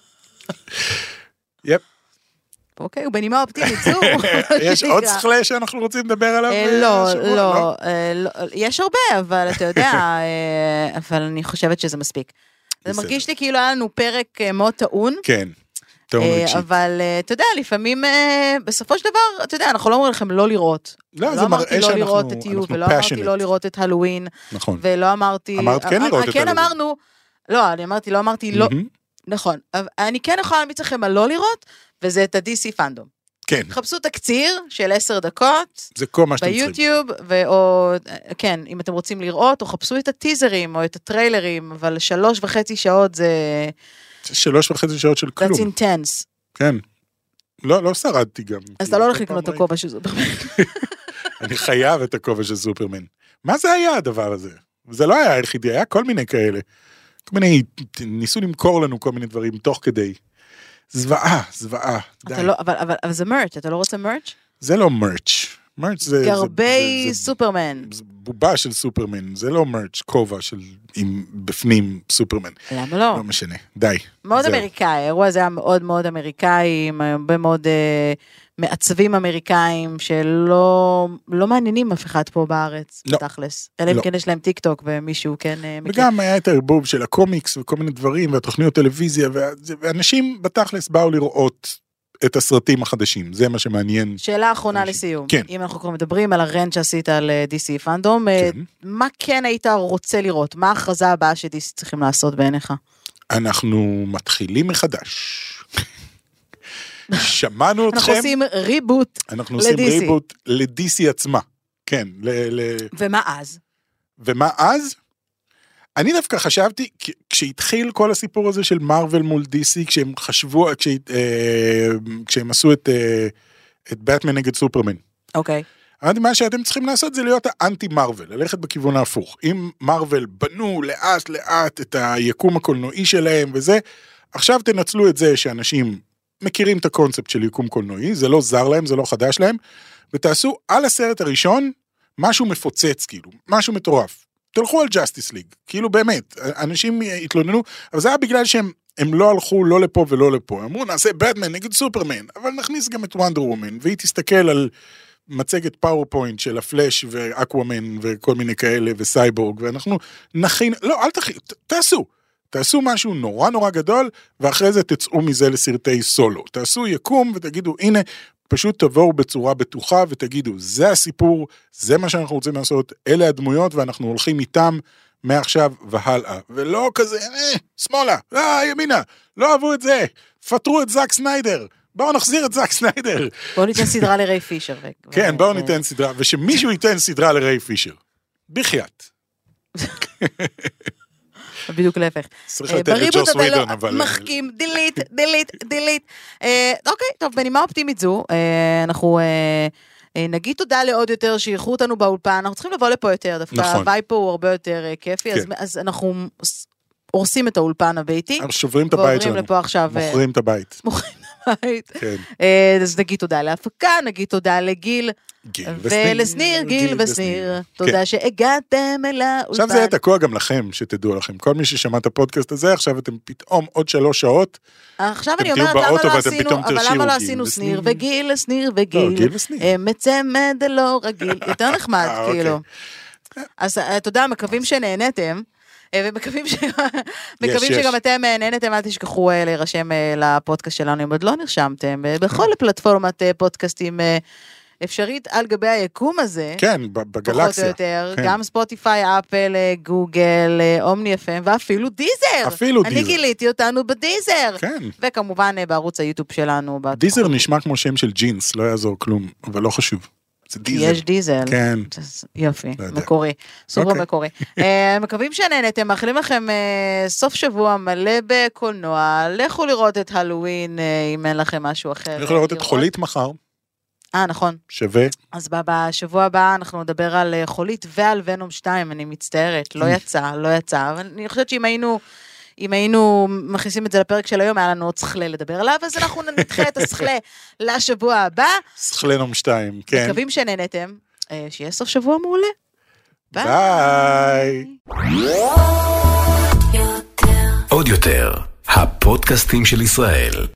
יפ. אוקיי, הוא בנימה אופטימית, זו. יש עוד שכלה שאנחנו רוצים לדבר עליו? אה, לא, לא, אה, לא, יש הרבה, אבל אתה יודע, אה, אבל אני חושבת שזה מספיק. זה בסדר. מרגיש לי כאילו היה לנו פרק אה, מאוד טעון, כן, טעון אה, רגשית. אבל אה, אתה יודע, לפעמים, אה, בסופו של דבר, אתה יודע, אנחנו לא אומרים לכם לא לראות. לא, לא זה אמרתי מראה לא שאנחנו לראות את יו, אנחנו ולא אמרתי passionate. לא לראות את הלואוין, נכון. ולא אמרתי... אמרת כן אה, לראות אה, את כן הלואוין. אמרנו, לא, אני אמרתי, לא אמרתי לא, מהמם. נכון, אבל אני כן יכולה להמיץ לכם על לא לראות, וזה את ה-די סי פאנדום. כן, חפשו תקציר של עשר דקות, זה כל מה שאתם צריכים. ביוטיוב, או, כן, אם אתם רוצים לראות, או חפשו את הטיזרים, או את הטריילרים, אבל שלוש וחצי שעות זה, זה שלוש וחצי שעות של כלום. that's intense. כן. לא, לא שרדתי גם. אז אתה לא הולך כל לקנות את פעם הכובע של סופרמן. ראיתי. אני חייב את הכובע של סופרמן. מה זה היה הדבר הזה? זה לא היה היחידי, היה כל מיני כאלה. כל מיני, ניסו למכור לנו כל מיני דברים תוך כדי. זוועה, זוועה. די. אתה לא, אבל, אבל, אבל זה מרץ', אתה לא רוצה מרץ'? זה לא מרץ'. מרץ' זה... גרבי זה- זה- סופרמן. זה בובה של סופרמן, זה לא מרץ', כובע של עם בפנים סופרמן. למה לא? לא משנה, די. מאוד זהו. אמריקאי, האירוע הזה היה מאוד מאוד אמריקאי, עם הרבה מאוד אה, מעצבים אמריקאים, שלא לא מעניינים אף אחד פה בארץ, לא. תכלס. אלא אם לא. כן יש להם טיק טוק, ומישהו כן אה, מכיר. וגם היה את הערבוב של הקומיקס וכל מיני דברים, והתוכניות טלוויזיה, וה- ואנשים בתכלס באו לראות את הסרטים החדשים, זה מה שמעניין. שאלה אחרונה לסיום. כן. אם אנחנו כבר מדברים על הרנט שעשית על די סי פנדום, כן. מה כן היית רוצה לראות? מה ההכרזה הבאה ש-די סי צריכים לעשות בעיניך? אנחנו מתחילים מחדש. שמענו אתכם. אנחנו עושים ריבוט ל-די סי. אנחנו עושים ריבוט ל-די סי עצמה. כן. ל- ל- ומה אז? ומה אז? אני דווקא חשבתי, כשהתחיל כל הסיפור הזה של מארוול מול די סי, כשהם חשבו, כשה, אה, כשהם עשו את, אה, את באטמן נגד סופרמן. אוקיי. אמרתי, מה שאתם צריכים לעשות זה להיות האנטי מארוול, ללכת בכיוון ההפוך. אם מארוול בנו לאט לאט את היקום הקולנועי שלהם וזה, עכשיו תנצלו את זה שאנשים מכירים את הקונספט של יקום קולנועי, זה לא זר להם, זה לא חדש להם, ותעשו על הסרט הראשון משהו מפוצץ, כאילו, משהו מטורף. תלכו על ג'סטיס ליג, כאילו באמת, אנשים התלוננו, אבל זה היה בגלל שהם הם לא הלכו לא לפה ולא לפה, אמרו נעשה באטמן נגד סופרמן, אבל נכניס גם את וונדר וומן, והיא תסתכל על מצגת פאורפוינט של הפלאש ואקוואמן וכל מיני כאלה וסייבורג, ואנחנו נכין, לא אל תכין, תעשו, תעשו משהו נורא נורא גדול, ואחרי זה תצאו מזה לסרטי סולו, תעשו יקום ותגידו הנה, פשוט תבואו בצורה בטוחה ותגידו, זה הסיפור, זה מה שאנחנו רוצים לעשות, אלה הדמויות ואנחנו הולכים איתם מעכשיו והלאה. ולא כזה, אה, שמאלה, אה, ימינה, לא אהבו את זה, פטרו את זאק סניידר, בואו נחזיר את זאק סניידר. בואו ניתן סדרה לריי פישר. כן, בואו ניתן סדרה, ושמישהו ייתן סדרה לריי פישר. בחייאת. בדיוק להפך. צריך לתת לג'וס ווידון, אבל... מחכים, דילית, דילית, דילית. אוקיי, טוב, בנימה אופטימית זו, אנחנו נגיד תודה לעוד יותר שאירחו אותנו באולפן, אנחנו צריכים לבוא לפה יותר, דווקא הווי פה הוא הרבה יותר כיפי, אז אנחנו הורסים את האולפן הביתי. שוברים את הבית שלנו. מוכרים את הבית. מוכרים את הבית. אז נגיד תודה להפקה, נגיד תודה לגיל. ולסניר, גיל וסניר, תודה שהגעתם אל האולפן. עכשיו זה היה תקוע גם לכם, שתדעו לכם. כל מי ששמע את הפודקאסט הזה, עכשיו אתם פתאום עוד שלוש שעות, עכשיו אני אומרת, למה לא עשינו סניר וגיל, סניר וגיל, מצמד לא רגיל, יותר נחמד, כאילו. אז תודה, מקווים שנהנתם. ומקווים שגם אתם נהנתם, אל תשכחו להירשם לפודקאסט שלנו, אם עוד לא נרשמתם, בכל פלטפורמת פודקאסטים אפשרית על גבי היקום הזה. כן, בגלקסיה. פחות או יותר, גם ספוטיפיי, אפל, גוגל, אומני אף אם, ואפילו דיזר. אפילו דיזר. אני גיליתי אותנו בדיזר. כן. וכמובן בערוץ היוטיוב שלנו. דיזר נשמע כמו שם של ג'ינס, לא יעזור כלום, אבל לא חשוב. יש דיזל. כן. יופי, מקורי. סופר מקורי. מקווים שנהנתם, מאחלים לכם סוף שבוע מלא בקולנוע, לכו לראות את הלווין, אם אין לכם משהו אחר. לכו לראות את חולית מחר. אה, נכון. שווה. אז בשבוע הבא אנחנו נדבר על חולית ועל ונום שתיים, אני מצטערת, לא יצא, לא יצא, אבל אני חושבת שאם היינו... אם היינו מכניסים את זה לפרק של היום, היה לנו עוד שכלה לדבר עליו, אז אנחנו נדחה את השכלה לשבוע הבא. שכלה נום שתיים, כן. מקווים שנהנתם, שיהיה סוף שבוע מעולה. ביי. עוד יותר, הפודקאסטים של ישראל.